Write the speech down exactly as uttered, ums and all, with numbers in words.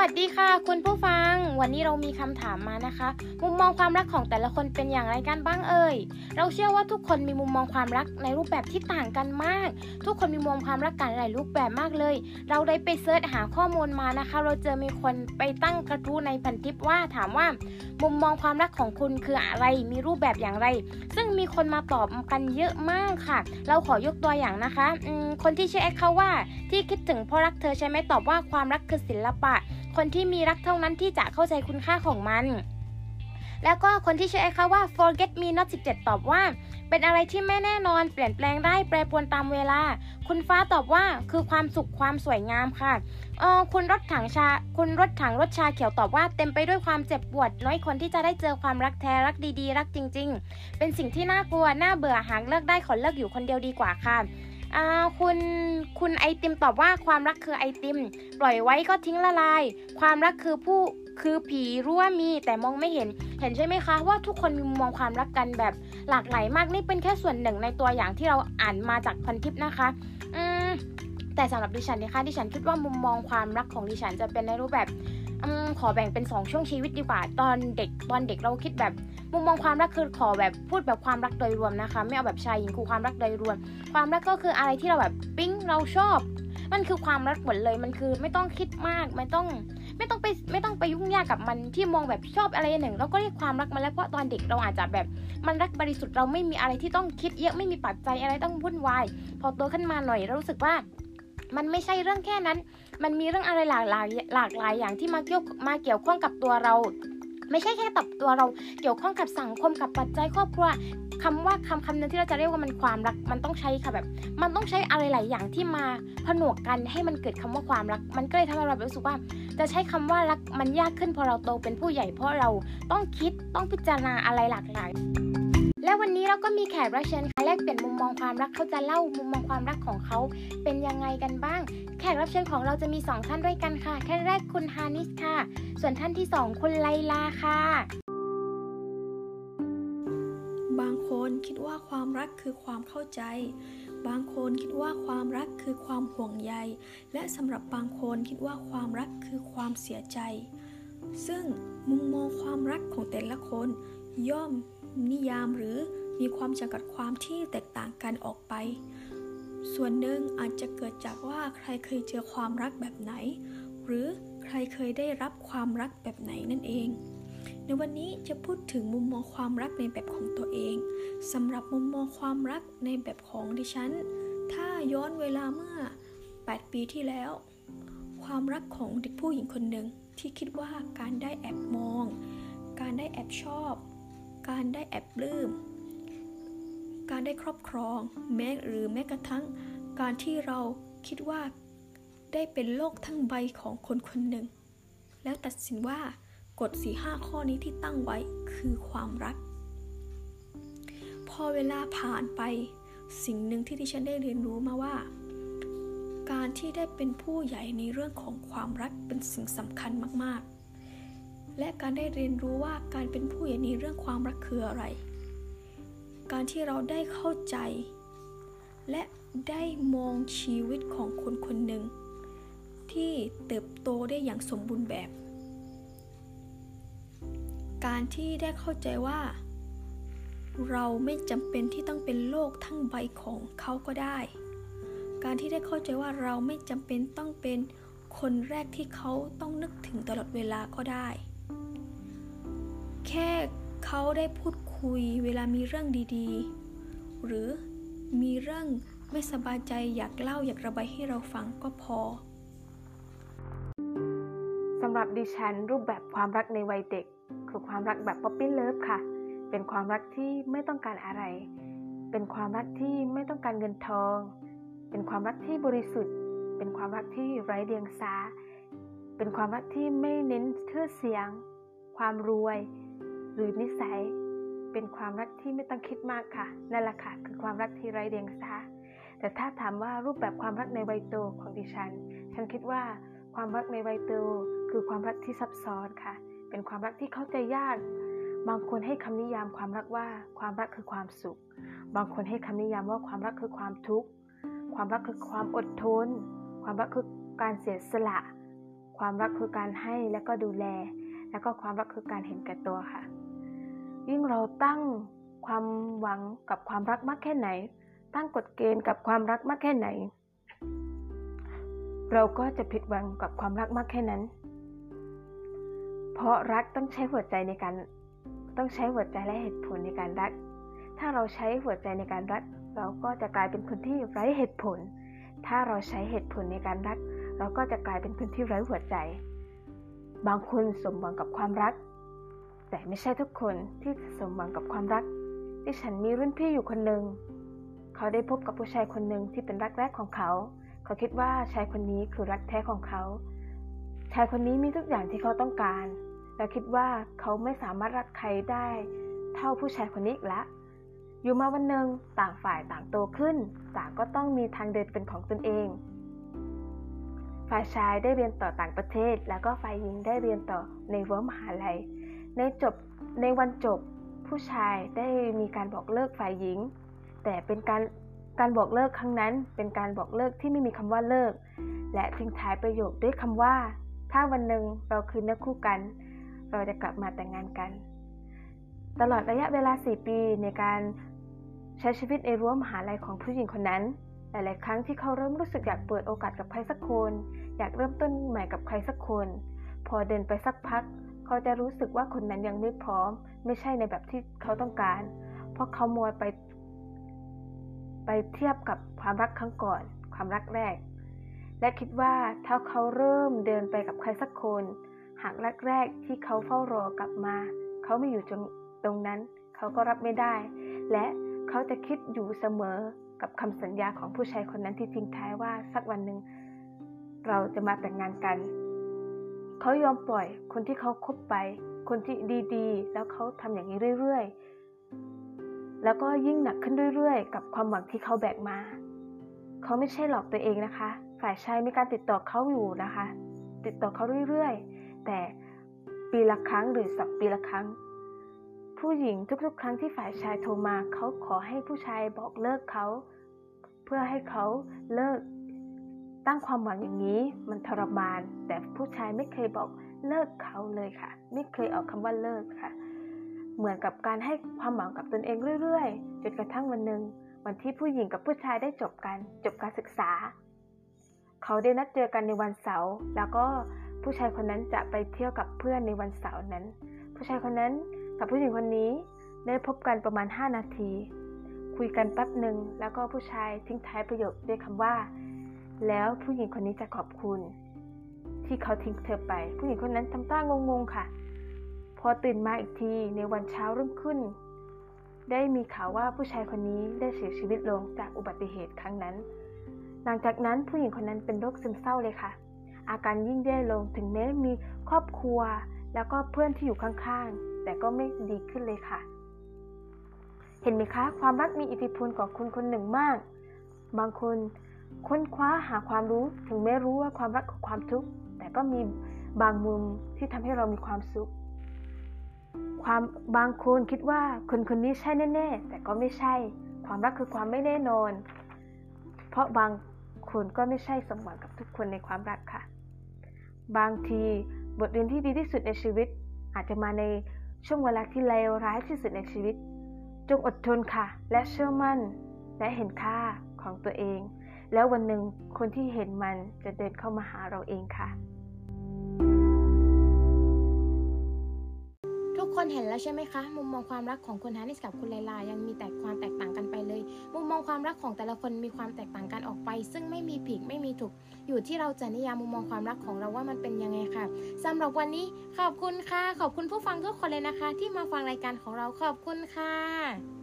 สดีค่ะคุณผู้ฟังวันนี้เรามีคำถามมานะคะมุมมองความรักของแต่ละคนเป็นอย่างไรกันบ้างเอ่ยเราเชื่อว่าทุกคนมีมุมมองความรักในรูปแบบที่ต่างกันมากทุกคนมีมุมมองความรักกันหลายรูปแบบมากเลยเราได้ไปเสิร์ชหาข้อมูลมานะคะเราเจอมีคนไปตั้งกระทู้ในพันทิปว่าถามว่ามุมมองความรักของคุณคืออะไรมีรูปแบบอย่างไรซึ่งมีคนมาตอบกันเยอะมากค่ะเราขอยกตัวอย่างนะคะคนที่ชื่อแอคเขาว่าที่คิดถึงเพราะรักเธอใช่ไหมตอบว่าความรักคือศิลปะคนที่มีรักเท่านั้นที่จะเข้าใจคุณค่าของมันแล้วก็คนที่ชื่อไอ้เขาว่า forget me not สิบเจ็ดตอบว่าเป็นอะไรที่ไม่แน่นอนเปลี่ยนแปลงได้แปรปรวนตามเวลาคุณฟ้าตอบว่าคือความสุขความสวยงามค่ะเออคุณรถถังชาคุณรถถังรถชาเขียวตอบว่าเต็มไปด้วยความเจ็บปวดน้อยคนที่จะได้เจอความรักแท้รักดีๆรักจริงๆเป็นสิ่งที่น่ากลัวน่าเบื่อหากเลิกได้ขอเลิกอยู่คนเดียวดีกว่าค่ะอ่าคุณคุณไอติมตอบว่าความรักคือไอติมปล่อยไว้ก็ทิ้งละลายความรักคือผู้คือผีรู้ว่ามีแต่มองไม่เห็นเห็นใช่ไหมคะว่าทุกคนมีมุมมองความรักกันแบบหลากหลายมากนี่เป็นแค่ส่วนหนึ่งในตัวอย่างที่เราอ่านมาจากพันทิปนะคะอืมแต่สำหรับดิฉันนะคะดิฉันคิดว่ามุมมองความรักของดิฉันจะเป็นในรูปแบบอืมขอแบ่งเป็นสองช่วงชีวิตดีกว่าตอนเด็กตอนเด็กเราคิดแบบมุมมองความรักคือขอแบบพูดแบบความรักโดยรวมนะคะไม่เอาแบบชายหญิงคือความรักโดยรวมความรักก็คืออะไรที่เราแบบปิ๊งเราชอบมันคือความรักหมดเลยมันคือไม่ต้องคิดมากไม่ต้องไม่ต้องไปไม่ต้องไปยุ่งยากกับมันที่มองแบบชอบอะไรหนึ่งเราก็เรียกความรักมาแล้วเพราะตอนเด็กเราอาจจะแบบมันรักบริสุทธิ์เราไม่มีอะไรที่ต้องคิดเยอะไม่มีปัจจัยอะไรต้องวุ่นวายพอโตขึ้นมาหน่อยเรารู้สึกว่ามันไม่ใช่เรื่องแค่นั้นมันมีเรื่องอะไรหลากหลายหลากหลายอย่างที่มาเกี่ยวมาเกี่ยวข้องกับตัวเราไม่ใช่แค่กับตัวเราเกี่ยวข้องกับสังคมกับปัจจัยครอบครัวคำว่าคำคำนึงที่เราจะเรียกว่ามันความรักมันต้องใช้ค่ะแบบมันต้องใช้อะไรหลายอย่างที่มาผนวกกันให้มันเกิดคำว่าความรักมันก็เลยทำให้เรารู้สึกว่าจะใช้คำว่ารักมันยากขึ้นพอเราโตเป็นผู้ใหญ่เพราะเราต้องคิดต้องพิจารณาอะไรหลากหลายและวันนี้เราก็มีแขกรับเชิญค่ะแลกเปลี่ยนมุมมองความรักเขาจะเล่ามุมมองความรักของเขาเป็นยังไงกันบ้างแขกรับเชิญของเราจะมีสองท่านด้วยกันค่ะท่านแรกคุณฮานิสค่ะส่วนท่านที่สองคุณไลลาค่ะบางคนคิดว่าความรักคือความเข้าใจบางคนคิดว่าความรักคือความห่วงใยและสำหรับบางคนคิดว่าความรักคือความเสียใจซึ่งมุมมองความรักของแต่ละคนย่อมนิยามหรือมีความจำกัดความที่แตกต่างกันออกไปส่วนหนึ่งอาจจะเกิดจากว่าใครเคยเจอความรักแบบไหนหรือใครเคยได้รับความรักแบบไหนนั่นเองในวันนี้จะพูดถึงมุมมองความรักในแบบของตัวเองสำหรับมุมมองความรักในแบบของดิฉันถ้าย้อนเวลาเมื่อแปดปีที่แล้วความรักของเด็กผู้หญิงคนหนึ่งที่คิดว่าการได้แอบมองการได้แอบชอบการได้แอบปลื้มการได้ครอบครองแม้หรือแม้กระทั่งการที่เราคิดว่าได้เป็นโลกทั้งใบของคนคนหนึ่งแล้วตัดสินว่ากฎ สี่ห้า ข้อนี้ที่ตั้งไว้คือความรักพอเวลาผ่านไปสิ่งหนึ่งที่ดิฉันได้เรียนรู้มาว่าการที่ได้เป็นผู้ใหญ่ในเรื่องของความรักเป็นสิ่งสำคัญมากๆและการได้เรียนรู้ว่าการเป็นผู้ใหญ่ในเรื่องความรักคืออะไรการที่เราได้เข้าใจและได้มองชีวิตของคนคนหนึ่งที่เติบโตได้อย่างสมบูรณ์แบบการที่ได้เข้าใจว่าเราไม่จำเป็นที่ต้องเป็นโลกทั้งใบของเขาก็ได้การที่ได้เข้าใจว่าเราไม่จำเป็นต้องเป็นคนแรกที่เขาต้องนึกถึงตลอดเวลาก็ได้แค่เขาได้พูดคุยเวลามีเรื่องดีๆหรือมีเรื่องไม่สบายใจอยากเล่าอยากระบายให้เราฟังก็พอสำหรับดิฉันรูปแบบความรักในวัยเด็กคือความรักแบบป๊อปปี้เลิฟค่ะเป็นความรักที่ไม่ต้องการอะไรเป็นความรักที่ไม่ต้องการเงินทองเป็นความรักที่บริสุทธิ์เป็นความรักที่ไร้เดียงสาเป็นความรักที่ไม่เน้นชื่อเสียงความรวยหรือนิสัยเป็นความรักที่ไม่ต้องคิดมากค่ะนั่นแหละค่ะคือความรักที่ไร้เดียงสาแต่ถ้าถามว่ารูปแบบความรักในวัยโตของดิฉันฉันคิดว่าความรักในวัยโตคือความรักที่ซับซ้อนค่ะเป็นความรักที่เข้าใจยากบางคนให้คำนิยามความรักว่าความรักคือความสุขบางคนให้คำนิยามว่าความรักคือความทุกข์ความรักคือความอดทนความรักคือการเสียสละความรักคือการให้และก็ดูแลแล้วก็ความรักคือการเห็นแก่ตัวค่ะยิ่งเราตั้งความหวังกับความรักมากแค่ไหนตั้งกฎเกณฑ์กับความรักมากแค่ไหนเราก็จะผิดหวังกับความรักมากแค่นั้นเพราะรักต้องใช้หัวใจในการต้องใช้หัวใจและเหตุผลในการรักถ้าเราใช้หัวใจในการรักเราก็จะกลายเป็นคนที่ไร้เหตุผลถ้าเราใช้เหตุผลในการรักเราก็จะกลายเป็นคนที่ไร้หัวใจบางคนสมหวังกับความรักแต่ไม่ใช่ทุกคนที่สมหวังกับความรักที่ฉันมีรุ่นพี่อยู่คนหนึ่งเขาได้พบกับผู้ชายคนหนึ่งที่เป็นรักแรกของเขาเขาคิดว่าชายคนนี้คือรักแท้ของเขาชายคนนี้มีทุกอย่างที่เขาต้องการและคิดว่าเขาไม่สามารถรักใครได้เท่าผู้ชายคนนี้อีกละอยู่มาวันหนึ่งต่างฝ่ายต่างโตขึ้นต่างก็ต้องมีทางเดินเป็นของตนเองฝ่ายชายได้เรียนต่อต่างประเทศแล้วก็ฝ่ายหญิงได้เรียนต่อในรั้วมหาลัยในจบในวันจบผู้ชายได้มีการบอกเลิกฝ่ายหญิงแต่เป็นการการบอกเลิกครั้งนั้นเป็นการบอกเลิกที่ไม่มีคำว่าเลิกและทิ้งท้ายประโยคด้วยคำว่าถ้าวันหนึ่งเราคือเนื้อคู่กันเราจะกลับมาแต่งงานกันตลอดระยะเวลาสี่ปีในการใช้ชีวิตในรั้วมหาลัยของผู้หญิงคนนั้นหลายๆครั้งที่เขาเริ่มรู้สึกอยากเปิดโอกาสกับใครสักคนอยากเริ่มต้นใหม่กับใครสักคนพอเดินไปสักพักเขาจะรู้สึกว่าคนนั้นยังไม่พร้อมไม่ใช่ในแบบที่เขาต้องการเพราะเขามัวไปไปเทียบกับความรักครั้งก่อนความรักแรกและคิดว่าถ้าเขาเริ่มเดินไปกับใครสักคนหากรักแรกที่เขาเฝ้ารอกลับมาเขาไม่อยู่ตรงนั้นเขาก็รับไม่ได้และเขาจะคิดอยู่เสมอกับคำสัญญาของผู้ชายคนนั้นที่ทิ้งท้ายว่าสักวันหนึ่งเราจะมาแต่งงานกันเขายอมปล่อยคนที่เขาคบไปคนที่ดีๆแล้วเขาทำอย่างนี้เรื่อยๆแล้วก็ยิ่งหนักขึ้นเรื่อยๆกับความหวังที่เขาแบกมาเขาไม่ใช่หลอกตัวเองนะคะฝ่ายชายมีการติดต่อเขาอยู่นะคะติดต่อเขาเรื่อยๆแต่ปีละครั้งหรือสองปีละครั้งผู้หญิงทุกๆครั้งที่ฝ่ายชายโทรมาเขาขอให้ผู้ชายบอกเลิกเขาเพื่อให้เขาเลิกตั้งความหวังอย่างนี้มันทรมานแต่ผู้ชายไม่เคยบอกเลิกเขาเลยค่ะไม่เคยออกคำว่าเลิกค่ะเหมือนกับการให้ความหวังกับตนเองเรื่อยๆจนกระทั่งวันหนึ่งวันที่ผู้หญิงกับผู้ชายได้จบกันจบการศึกษาเขาได้นัดเจอกันในวันเสาร์แล้วก็ผู้ชายคนนั้นจะไปเที่ยวกับเพื่อนในวันเสาร์นั้นผู้ชายคนนั้นกับผู้หญิงคนนี้ได้พบกันประมาณห้านาทีคุยกันแป๊บหนึ่งแล้วก็ผู้ชายทิ้งท้ายประโยคด้วยคำว่าแล้วผู้หญิงคนนี้จะขอบคุณที่เขาทิ้งเธอไปผู้หญิงคนนั้นทำตางงๆค่ะพอตื่นมาอีกทีในวันเช้ารุ่งขึ้นได้มีข่าวว่าผู้ชายคนนี้ได้เสียชีวิตลงจากอุบัติเหตุครั้งนั้นหลังจากนั้นผู้หญิงคนนั้นเป็นโรคซึมเศร้าเลยค่ะอาการยิ่งแย่ลงถึงแม้มีครอบครัวแล้วก็เพื่อนที่อยู่ข้างๆแต่ก็ไม่ดีขึ้นเลยค่ะเห็นไหมคะความรักมีอิทธิพลกับคนคนหนึ่งมากบางคนค้นคว้าหาความรู้ถึงแม้รู้ว่าความรักคือความทุกข์แต่ก็มีบางมุมที่ทำให้เรามีความสุขความบางคนคิดว่าคนคนนี้ใช่แน่ๆแต่ก็ไม่ใช่ความรักคือความไม่แน่นอนเพราะบางคนก็ไม่ใช่สมหวังกับทุกคนในความรักค่ะบางทีบทเรียนที่ดีที่สุดในชีวิตอาจจะมาในช่วงเวลาที่เลวร้ายที่สุดในชีวิตจงอดทนค่ะและเชื่อมั่นและเห็นค่าของตัวเองแล้ววันหนึ่งคนที่เห็นมันจะเดินเข้ามาหาเราเองค่ะทุกคนเห็นแล้วใช่ไหมคะมุมมองความรักของคุณฮานิสกับคุณไลลายังมีแต่ความแตกต่างกันไปเลยมุมมองความรักของแต่ละคนมีความแตกต่างกันออกไปซึ่งไม่มีผิดไม่มีถูกอยู่ที่เราจะนิยามมุมมองความรักของเราว่ามันเป็นยังไงค่ะสำหรับวันนี้ขอบคุณค่ะขอบคุณผู้ฟังทุกคนเลยนะคะที่มาฟังรายการของเราขอบคุณค่ะ